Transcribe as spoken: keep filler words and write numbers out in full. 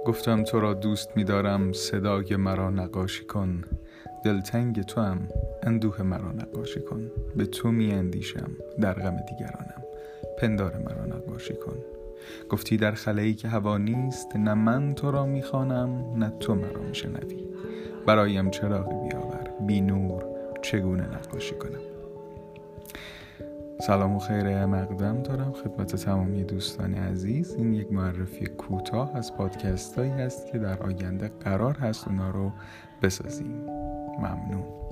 گفتم تو را دوست می‌دارم، صدای مرا نقاشی کن. دلتنگ تو هم، اندوه مرا نقاشی کن. به تو می اندیشم، در غم دیگرانم، پندار مرا نقاشی کن. گفتی در خلایی که هوا نیست، نه من تو را می‌خوانم نه تو مرا می‌شنوی. برایم چراغی بیاور، بی نور چگونه نقاشی کنم. سلام و خیر مقدم دارم خدمت تمامی دوستان عزیز. این یک معرفی کوتاه از پادکست هایی هست که در آینده قرار هست اونا رو بسازیم. ممنون.